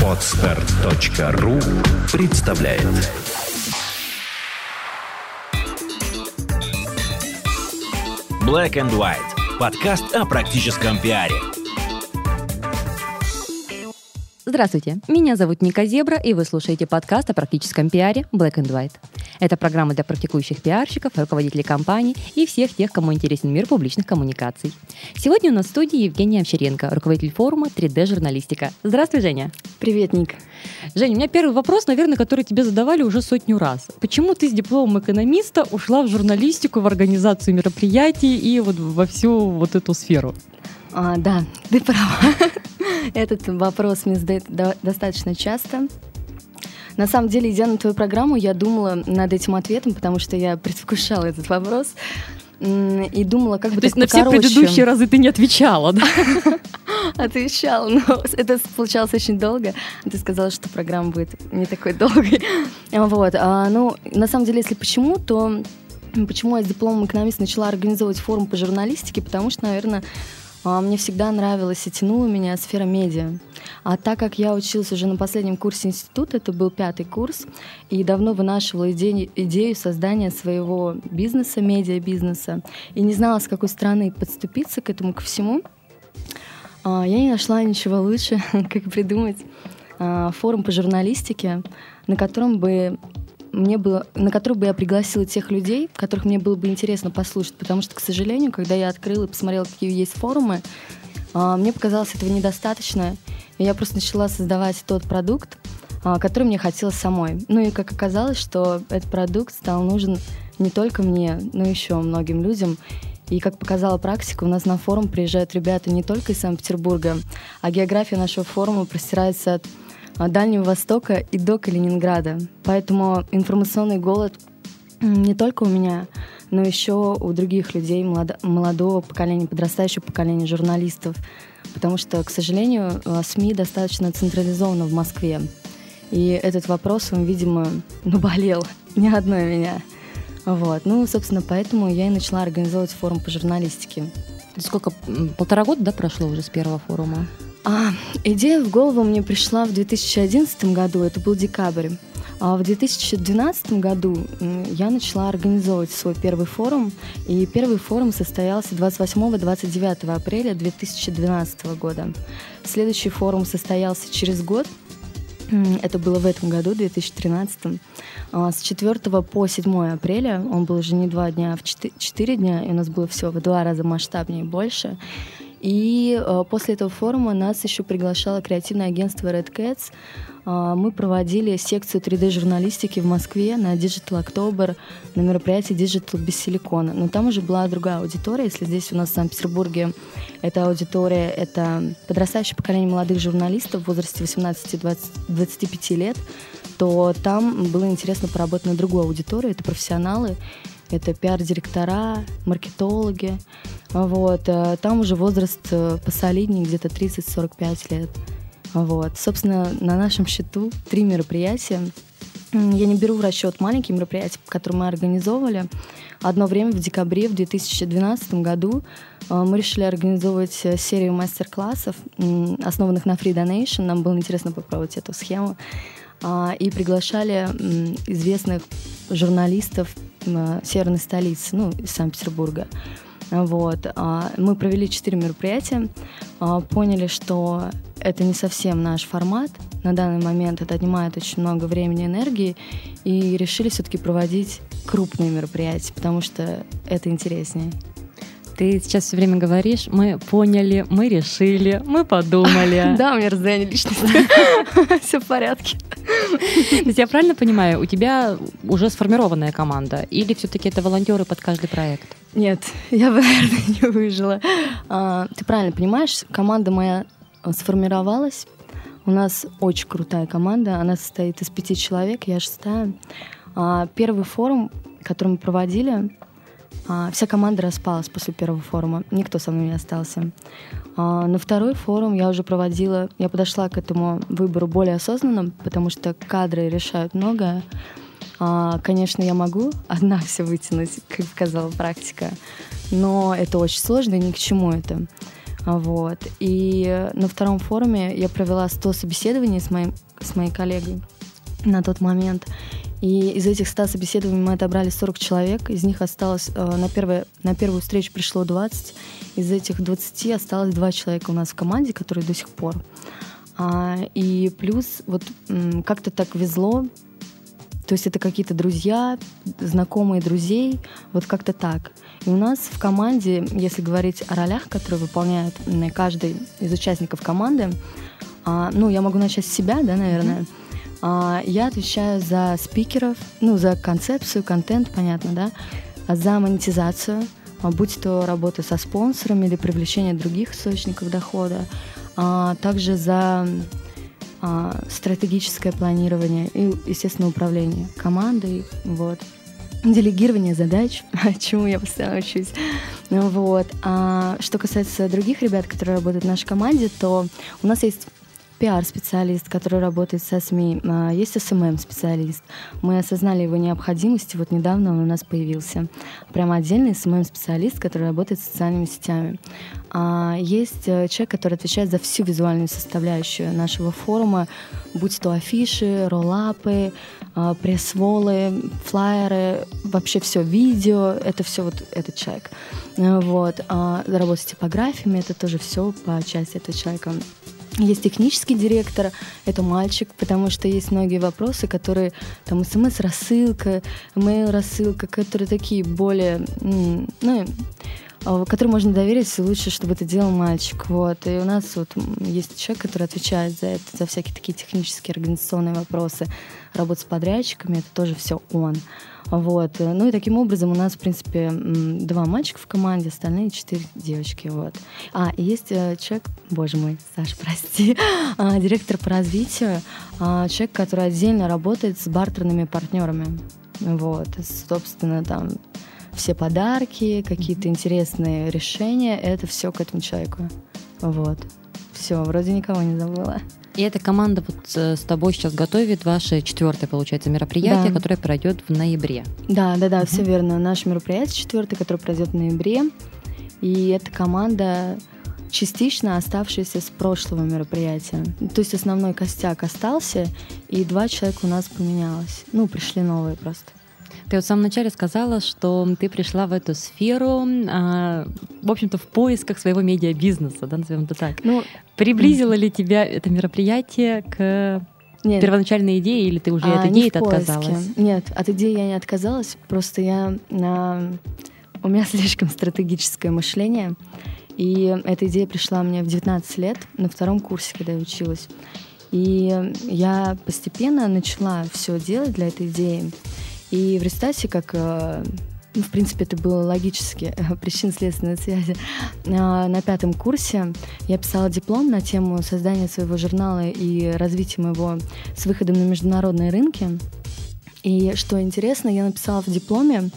Podster.ru представляет. Black and White. Подкаст о практическом пиаре. Здравствуйте, меня зовут Ника Зебра, и вы слушаете подкаст о практическом пиаре Black and White. Это программа для практикующих пиарщиков, руководителей компаний и всех тех, кому интересен мир публичных коммуникаций. Сегодня у нас в студии Евгения Овчаренко, руководитель форума 3D-журналистика. Здравствуй, Женя. Привет, Ник. Женя, у меня первый вопрос, наверное, который тебе задавали уже 100 раз. Почему ты с дипломом экономиста ушла в журналистику, в организацию мероприятий и вот во всю вот эту сферу? Да, ты права. Этот вопрос мне задают достаточно часто. На самом деле, идя на твою программу, я думала над этим ответом, потому что я предвкушала этот вопрос и думала, как бы так покороче. То есть на все предыдущие разы ты не отвечала, да? Отвечала, но это случалось очень долго. Ты сказала, что программа будет не такой долгой. Вот. На самом деле, если почему я с дипломом экономиста начала организовывать форум по журналистике, потому что, наверное, мне всегда нравилась и тянула меня сфера медиа. А так как я училась уже на последнем курсе института, это был 5-й курс, и давно вынашивала идею создания своего бизнеса, медиабизнеса, и не знала, с какой стороны подступиться к этому, ко всему, я не нашла ничего лучше, как придумать форум по журналистике, на который бы я пригласила тех людей, которых мне было бы интересно послушать, потому что, к сожалению, когда я открыла и посмотрела, какие есть форумы, мне показалось этого недостаточно, и я просто начала создавать тот продукт, который мне хотелось самой. Ну и как оказалось, что этот продукт стал нужен не только мне, но еще многим людям. И как показала практика, у нас на форум приезжают ребята не только из Санкт-Петербурга, а география нашего форума простирается от Дальнего Востока и до Калининграда. Поэтому информационный голод не только у меня, но еще у других людей, молодого поколения, подрастающего поколения журналистов. Потому что, к сожалению, СМИ достаточно централизованы в Москве. И этот вопрос, он, видимо, наболел не одной меня. Вот. Собственно, поэтому я и начала организовывать форум по журналистике. Сколько? 1,5 года, да, прошло уже с первого форума? Идея в голову мне пришла в 2011 году, это был декабрь. А в 2012 году я начала организовывать свой первый форум, и первый форум состоялся 28-29 апреля 2012 года. Следующий форум состоялся через год, это было в этом году, 2013. С 4 по 7 апреля, он был уже не 2 дня, а в 4 дня, и у нас было всего в 2 раза масштабнее и больше. И после этого форума нас еще приглашало креативное агентство Red Cats. Мы проводили секцию 3D-журналистики в Москве на Digital October, на мероприятии Digital без силикона. Но там уже была другая аудитория. Если здесь у нас в Санкт-Петербурге эта аудитория, это подрастающее поколение молодых журналистов в возрасте 18-25 лет, то там было интересно поработать на другую аудиторию. Это профессионалы, это пиар-директора, маркетологи. Вот. Там уже возраст посолиднее, где-то 30-45 лет. Вот. Собственно, на нашем счету 3 мероприятия. Я не беру в расчет маленькие мероприятия, которые мы организовывали. Одно время в декабре в 2012 году мы решили организовывать серию мастер-классов, основанных на Free Donation. Нам было интересно попробовать эту схему. И приглашали известных журналистов северной столицы, из Санкт-Петербурга. Вот. Мы провели 4 мероприятия, поняли, что это не совсем наш формат. На данный момент это отнимает очень много времени и энергии, и решили все-таки проводить крупные мероприятия, потому что это интереснее. Ты сейчас все время говоришь, мы поняли, мы решили, мы подумали. Да, у меня раздвоение личности. Все в порядке. То есть я правильно понимаю, у тебя уже сформированная команда, или все-таки это волонтеры под каждый проект? Нет, я бы, наверное, не выжила. Ты правильно понимаешь, команда моя сформировалась. У нас очень крутая команда, она состоит из 5 человек, я 6-я. Первый форум, который мы проводили, вся команда распалась после первого форума, никто со мной не остался. На второй форум я уже проводила, я подошла к этому выбору более осознанно, потому что кадры решают многое. Конечно, я могу одна все вытянуть, как показала практика, но это очень сложно и ни к чему это. Вот. И на втором форуме я провела 100 собеседований с моей коллегой на тот момент. И из этих 100 собеседований мы отобрали 40 человек. Из них осталось... На первую встречу пришло 20. Из этих 20 осталось 2 человека у нас в команде, которые до сих пор. И плюс вот как-то так везло. То есть это какие-то друзья, знакомые друзей. Вот как-то так. И у нас в команде, если говорить о ролях, которые выполняет каждый из участников команды, я могу начать с себя, да, наверное. Я отвечаю за спикеров, за концепцию, контент, понятно, да, за монетизацию, будь то работа со спонсорами или привлечение других источников дохода, также за стратегическое планирование и, естественно, управление командой, вот. Делегирование задач, чему я постоянно учусь. Вот. Что касается других ребят, которые работают в нашей команде, то у нас есть пиар-специалист, который работает со СМИ, есть СММ-специалист. Мы осознали его необходимость, и вот недавно он у нас появился. Прямо отдельный СММ-специалист, который работает с социальными сетями. Есть человек, который отвечает за всю визуальную составляющую нашего форума, будь то афиши, роллапы, пресс-волы, флайеры, вообще все, видео, это все вот этот человек. Вот. Работа с типографиями, это тоже все по части этого человека. Есть технический директор, это мальчик, потому что есть многие вопросы, которые, там, смс-рассылка, мейл-рассылка, которые такие более, которым можно доверить, лучше, чтобы это делал мальчик. Вот. И у нас вот есть человек, который отвечает за это, за всякие такие технические, организационные вопросы. Работа с подрядчиками, это тоже все он. Вот. Ну и таким образом у нас, в принципе, 2 мальчика в команде, остальные 4 девочки. Вот. И есть человек, боже мой, Саша, прости, директор по развитию, человек, который отдельно работает с бартерными партнерами. Вот. Собственно, там все подарки, какие-то интересные решения, это все к этому человеку. Вот. Все, вроде никого не забыла. И эта команда вот с тобой сейчас готовит ваше 4-е, получается, мероприятие, которое пройдет в ноябре. Да, все верно. Наше мероприятие 4-е, которое пройдет в ноябре. И эта команда частично оставшаяся с прошлого мероприятия. То есть основной костяк остался, и 2 человека у нас поменялось. Пришли новые просто. Ты вот в самом начале сказала, что ты пришла в эту сферу, в общем-то, в поисках своего медиабизнеса, да, назовем это так. Приблизило ли тебя это мероприятие к первоначальной идее, или ты уже от идеи отказалась? Нет, от идеи я не отказалась, просто у меня слишком стратегическое мышление, и эта идея пришла мне в 19 лет, на 2-м курсе, когда я училась. И я постепенно начала все делать для этой идеи. И в результате, как, в принципе, это было логически, причинно-следственные связи, на 5-м курсе я писала диплом на тему создания своего журнала и развития моего с выходом на международные рынки. И что интересно, я написала в дипломе,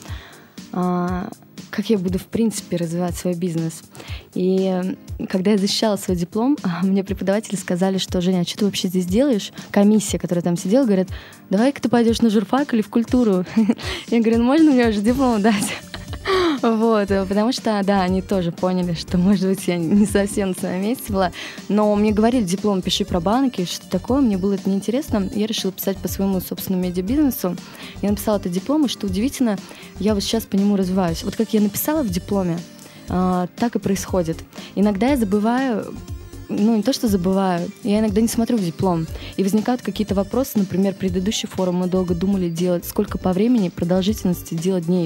как я буду, в принципе, развивать свой бизнес. И когда я защищала свой диплом, мне преподаватели сказали, что, Женя, а что ты вообще здесь делаешь? Комиссия, которая там сидела, говорит, давай-ка ты пойдешь на журфак или в культуру. Я говорю, можно мне уже диплом дать? Вот, потому что, да, они тоже поняли, что, может быть, я не совсем на своем месте была. Но мне говорили, диплом пиши про банки, что такое, мне было это неинтересно. Я решила писать по своему собственному медиабизнесу. Я написала этот диплом, и, что удивительно, я вот сейчас по нему развиваюсь. Вот как я написала в дипломе, так и происходит. Иногда я забываю, не то, что забываю, я иногда не смотрю в диплом. И возникают какие-то вопросы, например, предыдущий форум мы долго думали делать, сколько по времени, продолжительности делать дней.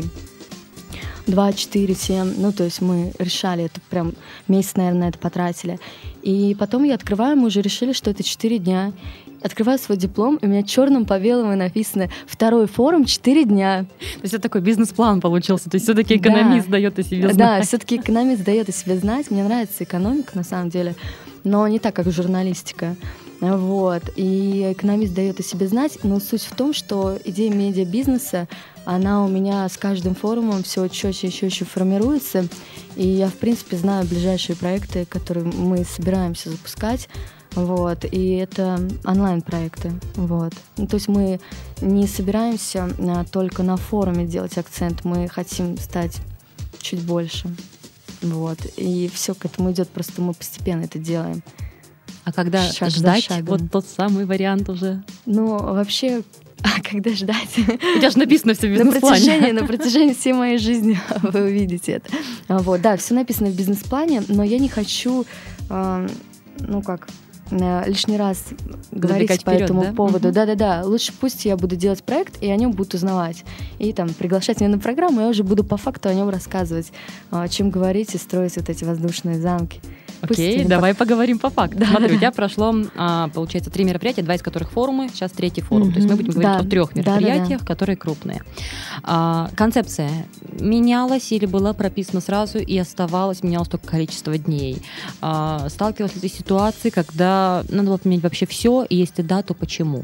2, 4, 7, то есть мы решали это, прям месяц, наверное, на это потратили. И потом я открываю, мы уже решили, что это 4 дня. Открываю свой диплом, и у меня черным по белому написано 2-й форум 4 дня. То есть это такой бизнес-план получился, то есть все-таки экономист дает о себе знать. Да, все-таки экономист дает о себе знать. Мне нравится экономика, на самом деле, но не так, как журналистика. Вот. И экономист дает о себе знать, но суть в том, что идея медиабизнеса, она у меня с каждым форумом все четче и четче формируется, и я, в принципе, знаю ближайшие проекты, которые мы собираемся запускать, вот, и это онлайн-проекты, вот. То есть мы не собираемся только на форуме делать акцент, мы хотим стать чуть больше. Вот. И все к этому идет, просто мы постепенно это делаем. А когда Шаг за ждать шагом. вот тот самый вариант уже? Ну, вообще, когда ждать? У тебя же написано все в бизнес-плане. На протяжении всей моей жизни вы увидите это. Вот, да, все написано в бизнес-плане, но я не хочу, лишний раз говорить Забегать по вперед, этому да? поводу. Да-да-да. Лучше пусть я буду делать проект, и о нем будут узнавать. И там приглашать меня на программу, я уже буду по факту о нем рассказывать, чем говорить и строить вот эти воздушные замки. Окей, давай поговорим по факту. Смотри, у тебя прошло, получается, 3 мероприятия, 2 из которых форумы, сейчас 3-й форум. То есть мы будем говорить о 3 мероприятиях, которые крупные. Концепция менялась или была прописана сразу и оставалась, менялось только количество дней? Сталкивалась ли ты с ситуацией, когда надо было поменять вообще все, и если да, то почему?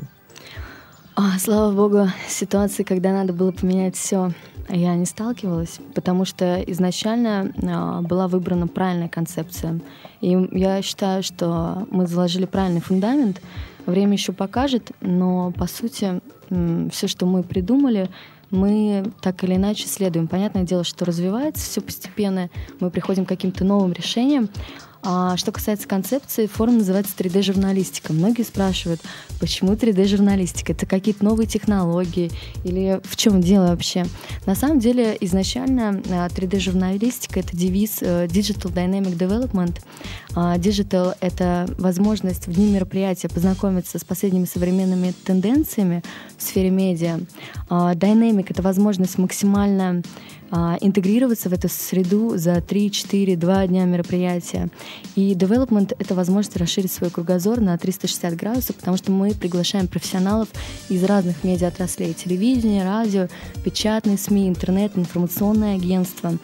Слава богу, ситуации, когда надо было поменять все, я не сталкивалась, потому что изначально была выбрана правильная концепция. И я считаю, что мы заложили правильный фундамент. Время еще покажет, но по сути все, что мы придумали, мы так или иначе следуем. Понятное дело, что развивается все постепенно, мы приходим к каким-то новым решениям. Что касается концепции, форум называется 3D-журналистика. Многие спрашивают, почему 3D-журналистика? Это какие-то новые технологии? Или в чем дело вообще? На самом деле, изначально 3D-журналистика — это девиз Digital Dynamic Development. Digital — это возможность в дни мероприятия познакомиться с последними современными тенденциями в сфере медиа. Dynamic — это возможность максимально интегрироваться в эту среду за 3, 4, 2 дня мероприятия. И development — это возможность расширить свой кругозор на 360 градусов, потому что мы приглашаем профессионалов из разных медиаотраслей: телевидение, радио, печатные СМИ, интернет, информационное агентство.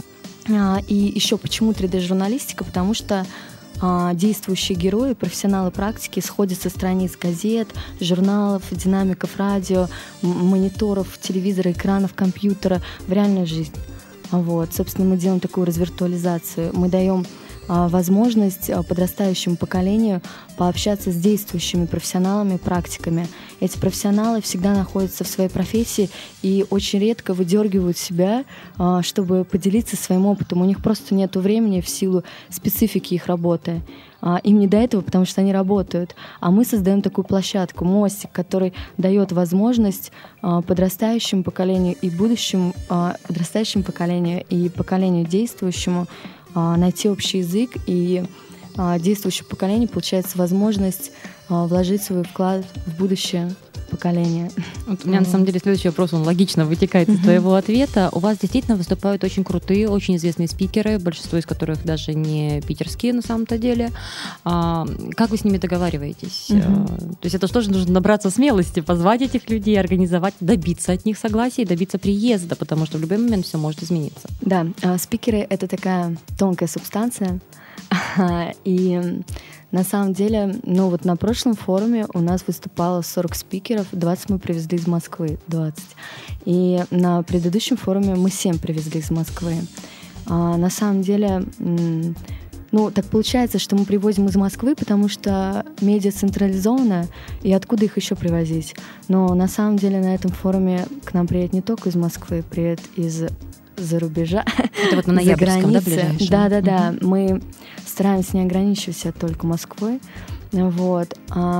И еще почему 3D-журналистика? Потому что действующие герои, профессионалы практики сходят со страниц газет, журналов, динамиков радио, мониторов, телевизора, экранов, компьютера в реальную жизнь. Вот. Собственно, мы делаем такую развиртуализацию. Мы даем возможность подрастающему поколению пообщаться с действующими профессионалами, практиками. Эти профессионалы всегда находятся в своей профессии и очень редко выдергивают себя, чтобы поделиться своим опытом. У них просто нет времени в силу специфики их работы. Им не до этого, потому что они работают. А мы создаем такую площадку, мостик, который дает возможность подрастающему поколению и будущему подрастающему поколению и поколению действующему найти общий язык, и действующее поколение получается возможность вложить свой вклад в будущее поколение. Вот у меня на самом деле следующий вопрос, он логично вытекает из твоего ответа. У вас действительно выступают очень крутые, очень известные спикеры, большинство из которых даже не питерские на самом-то деле. Как вы с ними договариваетесь? То есть это тоже нужно набраться смелости, позвать этих людей, организовать, добиться от них согласия и добиться приезда, потому что в любой момент все может измениться. Да, спикеры — это такая тонкая субстанция. И на самом деле, на прошлом форуме у нас выступало 40 спикеров, 20 мы привезли из Москвы, 20. И на предыдущем форуме мы 7 привезли из Москвы. На самом деле, так получается, что мы привозим из Москвы, потому что медиа централизована, и откуда их еще привозить? Но на самом деле на этом форуме к нам приедет не только из Москвы, приедет из-за рубежа. Это вот на ноябрьском, да, ближайшем? Да. Мы стараемся не ограничиваться только Москвой. Вот.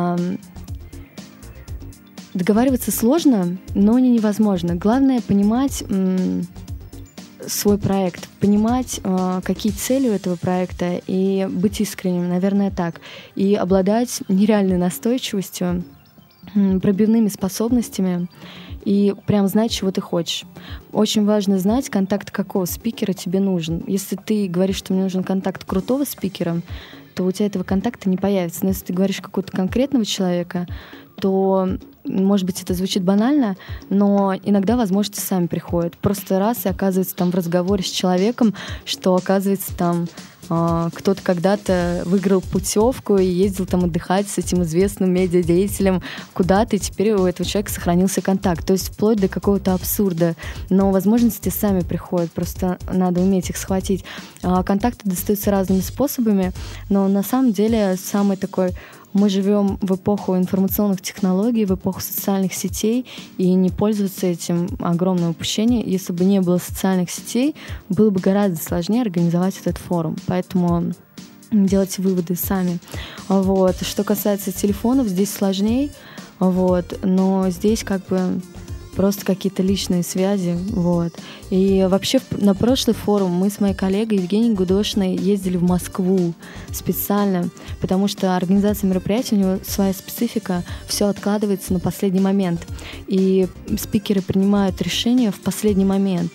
Договариваться сложно, но не невозможно. Главное понимать свой проект, понимать, какие цели у этого проекта, и быть искренним, наверное, так. И обладать нереальной настойчивостью, пробивными способностями, и прям знать, чего ты хочешь. Очень важно знать, контакт какого спикера тебе нужен. Если ты говоришь, что мне нужен контакт крутого спикера, то у тебя этого контакта не появится. Но если ты говоришь какого-то конкретного человека, то, может быть, это звучит банально, но иногда возможности сами приходят. Просто раз и оказывается там в разговоре с человеком, что оказывается там кто-то когда-то выиграл путевку и ездил там отдыхать с этим известным медиадеятелем куда-то, и теперь у этого человека сохранился контакт. То есть вплоть до какого-то абсурда. Но возможности сами приходят, просто надо уметь их схватить. Контакты достаются разными способами, но на самом деле самый такой мы живем в эпоху информационных технологий, в эпоху социальных сетей, и не пользоваться этим — огромное упущение. Если бы не было социальных сетей, было бы гораздо сложнее организовать этот форум. Поэтому делайте выводы сами. Вот. Что касается телефонов, здесь сложнее, вот. Но здесь как бы просто какие-то личные связи, вот. И вообще на прошлый форум мы с моей коллегой Евгенией Гудошиной ездили в Москву специально, потому что организация мероприятия, у него своя специфика, все откладывается на последний момент. И спикеры принимают решения в последний момент.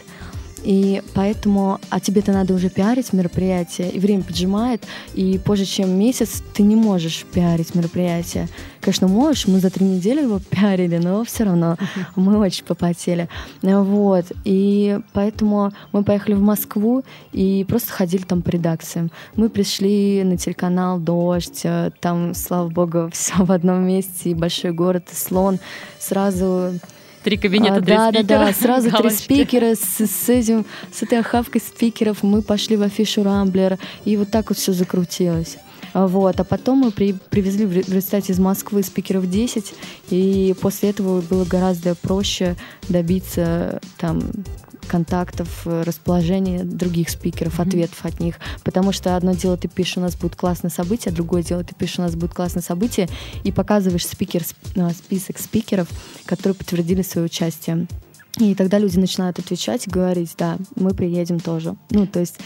И поэтому, а тебе-то надо уже пиарить мероприятие, и время поджимает, и позже, чем месяц, ты не можешь пиарить мероприятие. Конечно, можешь, мы за 3 недели его пиарили, но все равно мы очень попотели. Вот. И поэтому мы поехали в Москву и просто ходили там по редакциям. Мы пришли на телеканал «Дождь», там, слава богу, все в одном месте, и большой город, и слон. Сразу... 3 кабинета, 3 спикера. Да, сразу 3 спикера с этой охапкой спикеров. Мы пошли в афишу «Рамблер», и вот так вот все закрутилось. Вот. А потом мы привезли в результате из Москвы спикеров 10, и после этого было гораздо проще добиться там контактов, расположения других спикеров, ответов от них. Потому что одно дело, ты пишешь, у нас будет классное событие, а другое дело, ты пишешь, у нас будет классное событие, и показываешь список спикеров, которые подтвердили свое участие. И тогда люди начинают отвечать и говорить: да, мы приедем тоже. Ну, то есть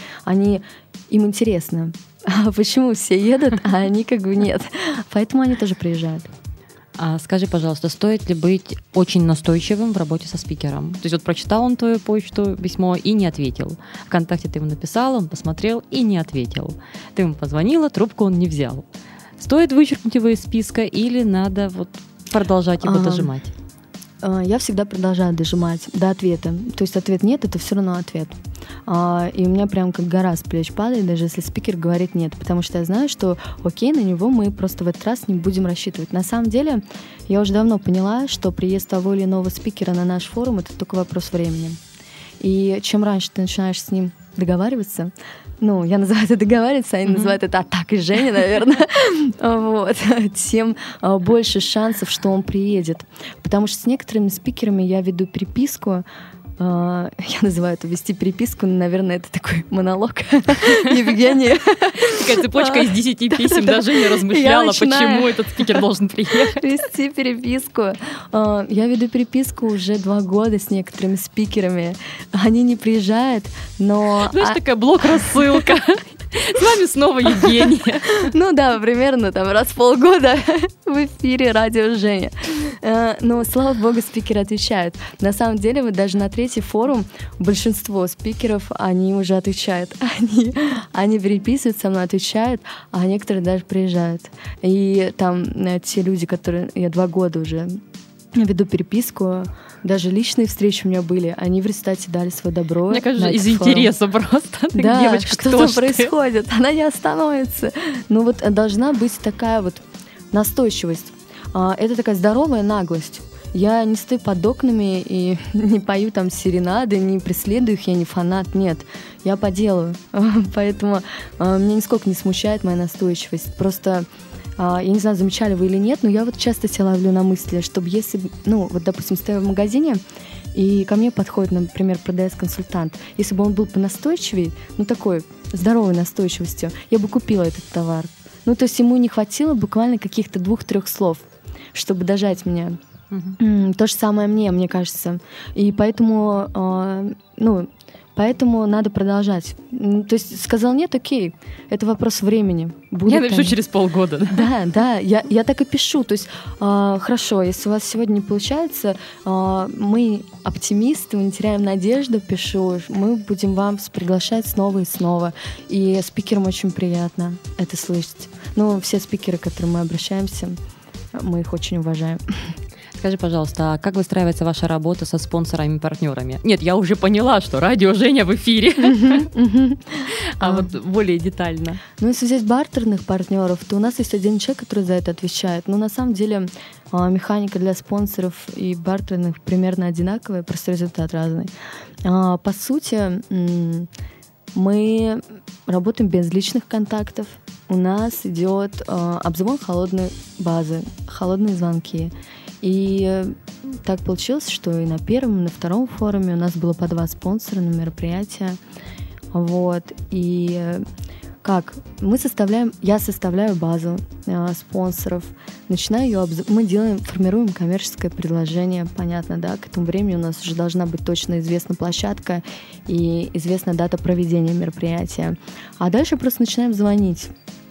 им интересно. А почему все едут, а они как бы нет? Поэтому они тоже приезжают. А скажи, пожалуйста, стоит ли быть очень настойчивым в работе со спикером? То есть вот прочитал он твою почту, письмо и не ответил. ВКонтакте ты ему написала, он посмотрел и не ответил. Ты ему позвонила, трубку он не взял. Стоит вычеркнуть его из списка или надо вот продолжать его дожимать? Я всегда продолжаю дожимать до ответа. То есть ответ нет, это все равно ответ. И у меня прям как гора с плеч падает, даже если спикер говорит нет, потому что я знаю, что окей, на него мы просто в этот раз не будем рассчитывать. На самом деле, я уже давно поняла, что приезд того или иного спикера на наш форум — это только вопрос времени. И чем раньше ты начинаешь с ним договариваться, ну, я называю это договариваться, они называют это атакой Жени, наверное, вот, тем больше шансов, что он приедет. Потому что с некоторыми спикерами я веду переписку. Я называю это вести переписку, но, наверное, это такой монолог Евгения. Такая цепочка из 10 писем, даже не размышляла, почему этот спикер должен приехать. Вести переписку. Я веду переписку уже 2 года с некоторыми спикерами. Они не приезжают, но... Знаешь, такая блок-рассылка. С вами снова Евгения. Ну да, примерно там раз в полгода в эфире радио Женя. Но, слава богу, спикеры отвечают. На самом деле, вот даже на 3-й форум большинство спикеров, они уже отвечают. Они переписывают со мной, отвечают, а некоторые даже приезжают. И там те люди, которые... Я 2 года уже веду переписку, даже личные встречи у меня были, они в результате дали свое добро. Мне кажется, из интереса просто. Да, девочка, что-то происходит, она не остановится. Ну вот должна быть такая вот настойчивость. Это такая здоровая наглость. Я не стою под окнами и не пою там серенады, не преследую их, я не фанат, нет. Я по делу. Поэтому меня нисколько не смущает моя настойчивость. Просто... Я не знаю, замечали вы или нет, но я вот часто себя ловлю на мысли, чтобы если, ну, вот, допустим, стою в магазине, и ко мне подходит, например, продавец-консультант, если бы он был понастойчивее, ну, такой здоровой настойчивостью, я бы купила этот товар. Ну, то есть ему не хватило буквально каких-то 2-3 слов, чтобы дожать меня. То же самое мне кажется. И поэтому, поэтому надо продолжать. То есть сказал нет, окей, это вопрос времени. Я напишу через полгода. Да, я так и пишу. То есть хорошо, если у вас сегодня не получается, мы оптимисты, мы не теряем надежду, пишу, мы будем вас приглашать снова и снова. И спикерам очень приятно это слышать. Ну, все спикеры, к которым мы обращаемся, мы их очень уважаем. Скажи, пожалуйста, а как выстраивается ваша работа со спонсорами и партнерами? Нет, я уже поняла, что радио Женя в эфире. А вот более детально. Ну, если взять бартерных партнеров, то у нас есть один человек, который за это отвечает. Но на самом деле механика для спонсоров и бартерных примерно одинаковая, просто результат разный. По сути, Мы работаем без личных контактов. У нас идет обзвон холодной базы, холодные звонки. И так получилось, что и на первом, и на втором форуме у нас было по 2 спонсора на мероприятие. Вот. И я составляю базу спонсоров, начинаю ее мы формируем коммерческое предложение, понятно, да, к этому времени у нас уже должна быть точно известна площадка и известна дата проведения мероприятия. А дальше просто начинаем звонить,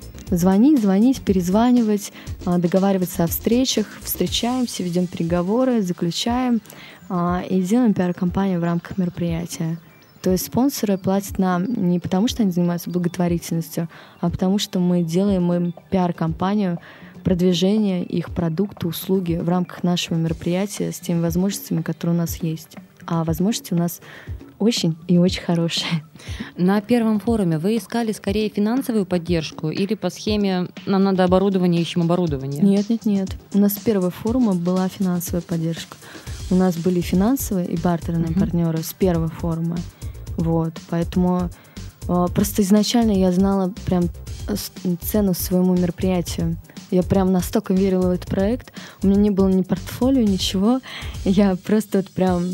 перезванивать, договариваться о встречах, встречаемся, ведем переговоры, заключаем и делаем пиар-компанию в рамках мероприятия. То есть спонсоры платят нам не потому, что они занимаются благотворительностью, а потому что мы делаем им пиар-компанию, продвижение их продукта, услуги в рамках нашего мероприятия с теми возможностями, которые у нас есть. А возможности у нас очень и очень хорошие. На первом форуме вы искали скорее финансовую поддержку или по схеме «нам надо оборудование, ищем оборудование»? Нет. У нас с первого форума была финансовая поддержка. У нас были финансовые и бартерные партнеры с первого форума. Вот, поэтому просто изначально я знала прям цену своему мероприятию. Я прям настолько верила в этот проект. У меня не было ни портфолио, ничего. Я просто вот прям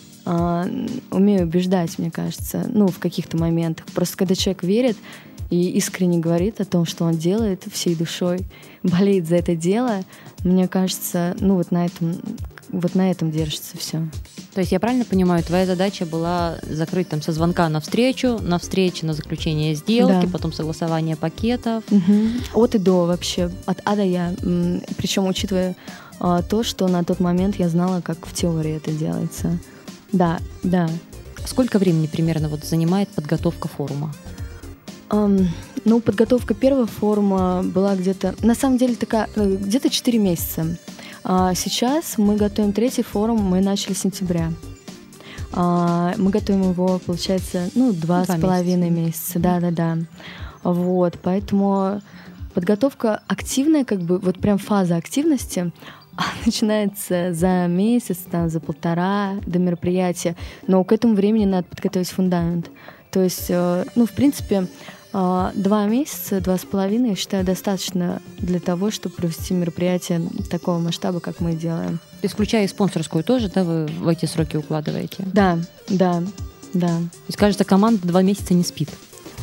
умею убеждать, мне кажется, в каких-то моментах. Просто когда человек верит и искренне говорит о том, что он делает всей душой, болеет за это дело, мне кажется, вот на этом держится все. То есть я правильно понимаю, твоя задача была закрыть там со звонка на встречу, на заключение сделки, да. Потом согласование пакетов. От и до вообще, от А до Я. Причем учитывая то, что на тот момент я знала, как в теории это делается. Да. Сколько времени примерно занимает подготовка форума? Подготовка первого форума была где-то 4 месяца. Сейчас мы готовим 3-й форум, мы начали с сентября. Мы готовим его, получается, 2,5 месяца. Да. Вот, поэтому подготовка активная, прям фаза активности начинается за месяц, за 1,5 до мероприятия. Но к этому времени надо подготовить фундамент. То есть, в принципе, 2 месяца, 2,5, я считаю, достаточно для того, чтобы провести мероприятие такого масштаба, как мы делаем. То есть, включая и спонсорскую тоже, да, вы в эти сроки укладываете? Да. То есть, кажется, команда 2 месяца не спит.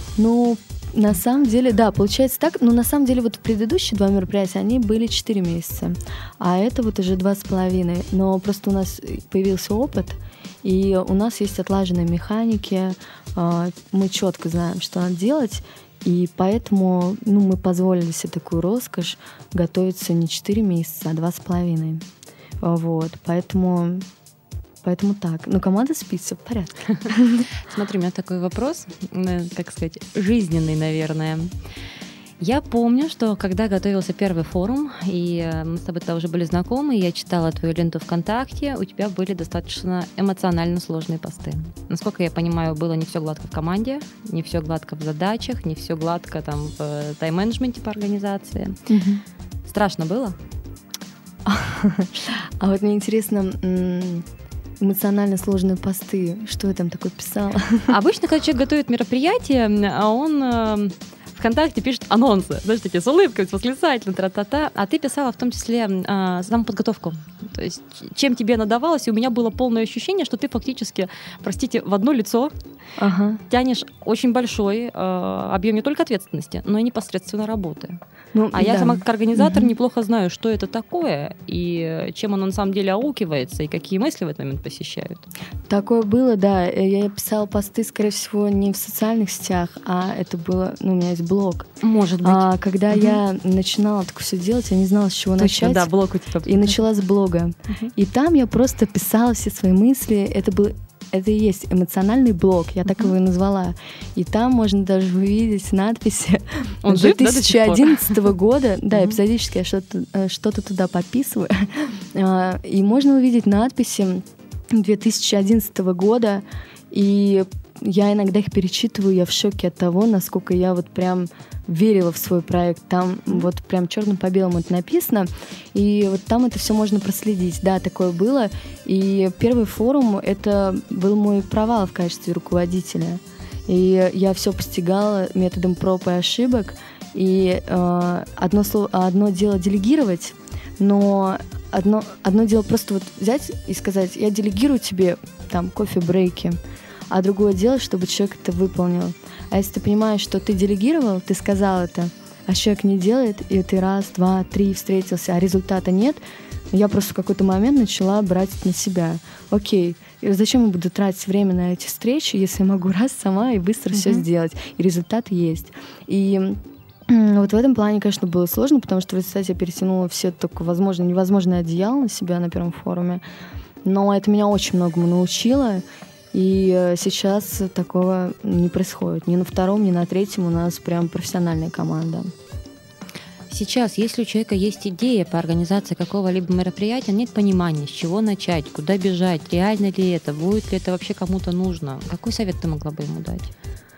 На самом деле, да, получается так. Но на самом деле предыдущие 2 мероприятия, они были 4 месяца. А это уже 2,5. Но просто у нас появился опыт, и у нас есть отлаженные механики, мы четко знаем, что надо делать, и поэтому мы позволили себе такую роскошь готовиться не 4 месяца, а 2,5. Вот, поэтому так. Команда спит, все в порядке. Смотри, у меня такой вопрос, жизненный, наверное. Я помню, что когда готовился первый форум, и мы с тобой уже были знакомы, я читала твою ленту ВКонтакте, у тебя были достаточно эмоционально сложные посты. Насколько я понимаю, было не все гладко в команде, не все гладко в задачах, не все гладко в тайм-менеджменте по организации. Страшно было? А мне интересно, эмоционально сложные посты, что я там такое писала? Обычно, когда человек готовит мероприятие, он ВКонтакте пишет анонсы, знаешь, такие с улыбкой, с восклицательным, тра-та-та. А ты писала в том числе саму подготовку. То есть чем тебе надавалось, и у меня было полное ощущение, что ты фактически, в одно лицо тянешь очень большой объем не только ответственности, но и непосредственно работы. Я сама как организатор неплохо знаю, что это такое, и чем оно на самом деле аукивается, и какие мысли в этот момент посещают. Такое было, да. Я писала посты, скорее всего, не в социальных сетях, а это было, у меня есть блог. Может быть. Когда я начинала так все делать, я не знала, с чего начать. Да, блог у тебя. И начала с блога. И там я просто писала все свои мысли. Это и есть эмоциональный блог, я так его и назвала. И там можно даже увидеть надписи Он 2011 года. Да, эпизодически я что-то туда подписываю. И можно увидеть надписи 2011 года. И я иногда их перечитываю, я в шоке от того, насколько я прям верила в свой проект. Там прям черным по белому это написано, и там это все можно проследить. Да, такое было. И первый форум — это был мой провал в качестве руководителя. И я все постигала методом проб и ошибок. И одно дело делегировать, но одно дело просто вот взять и сказать: я делегирую тебе там кофе-брейки, а другое дело, чтобы человек это выполнил. А если ты понимаешь, что ты делегировал, ты сказал это, а человек не делает, и ты раз, два, три встретился, а результата нет, я просто в какой-то момент начала брать это на себя. Окей, зачем я буду тратить время на эти встречи, если я могу раз сама и быстро все сделать, и результат есть. И вот в этом плане, конечно, было сложно, потому что в результате я перетянула все только возможное, невозможное одеяло на себя на первом форуме. Но это меня очень многому научило, и сейчас такого не происходит. Ни на втором, ни на третьем у нас прям профессиональная команда. Сейчас, если у человека есть идея по организации какого-либо мероприятия, нет понимания, с чего начать, куда бежать, реально ли это, будет ли это вообще кому-то нужно, какой совет ты могла бы ему дать?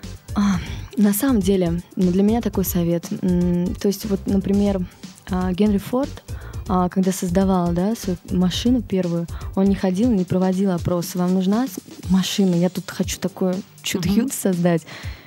На самом деле, для меня такой совет. То есть, вот, например, Генри Форд, когда создавал, да, свою машину первую, он не ходил, не проводил опросы. Вам нужна машина? Я тут хочу такое чудо-юдо создать.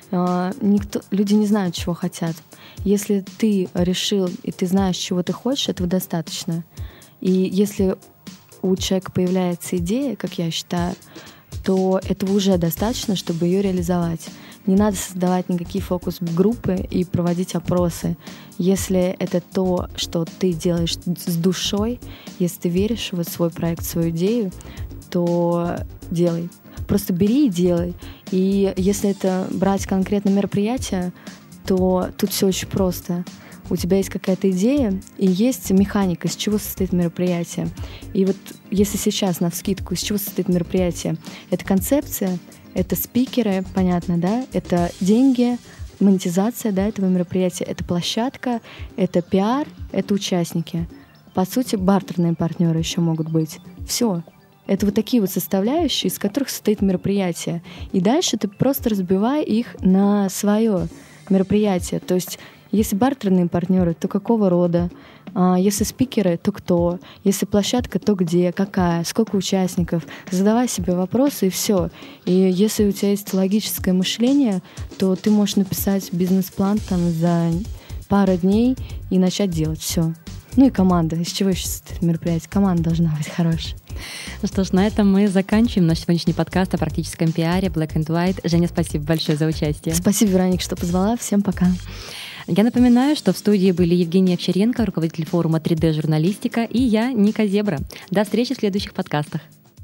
Люди не знают, чего хотят. Если ты решил, и ты знаешь, чего ты хочешь, этого достаточно. И если у человека появляется идея, как я считаю, то этого уже достаточно, чтобы ее реализовать. Не надо создавать никакие фокус-группы и проводить опросы. Если это то, что ты делаешь с душой, если ты веришь в свой проект, в свою идею, то делай. Просто бери и делай. И если это брать конкретно мероприятие, то тут все очень просто. У тебя есть какая-то идея, и есть механика, из чего состоит мероприятие. И вот если сейчас навскидку, из чего состоит мероприятие, это концепция, это спикеры, понятно, да, это деньги, монетизация, да, этого мероприятия, это площадка, это пиар, это участники. По сути, бартерные партнеры еще могут быть. Все. Это вот такие вот составляющие, из которых состоит мероприятие. И дальше ты просто разбивай их на свое мероприятие. То есть, если бартерные партнеры, то какого рода? Если спикеры, то кто? Если площадка, то где? Какая? Сколько участников? Задавай себе вопросы, и все. И если у тебя есть логическое мышление, то ты можешь написать бизнес-план там за пару дней и начать делать все. Ну и команда. Из чего еще состоит мероприятие? Команда должна быть хорошая. Ну что ж, на этом мы заканчиваем наш сегодняшний подкаст о практическом пиаре Black and White. Женя, спасибо большое за участие. Спасибо, Вероника, что позвала. Всем пока. Я напоминаю, что в студии были Евгения Овчаренко, руководитель форума 3D-журналистика, и я, Ника Зебра. До встречи в следующих подкастах.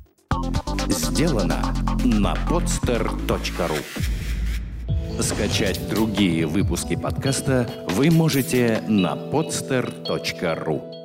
Сделано на podster.ru. Скачать другие выпуски подкаста вы можете на podster.ru.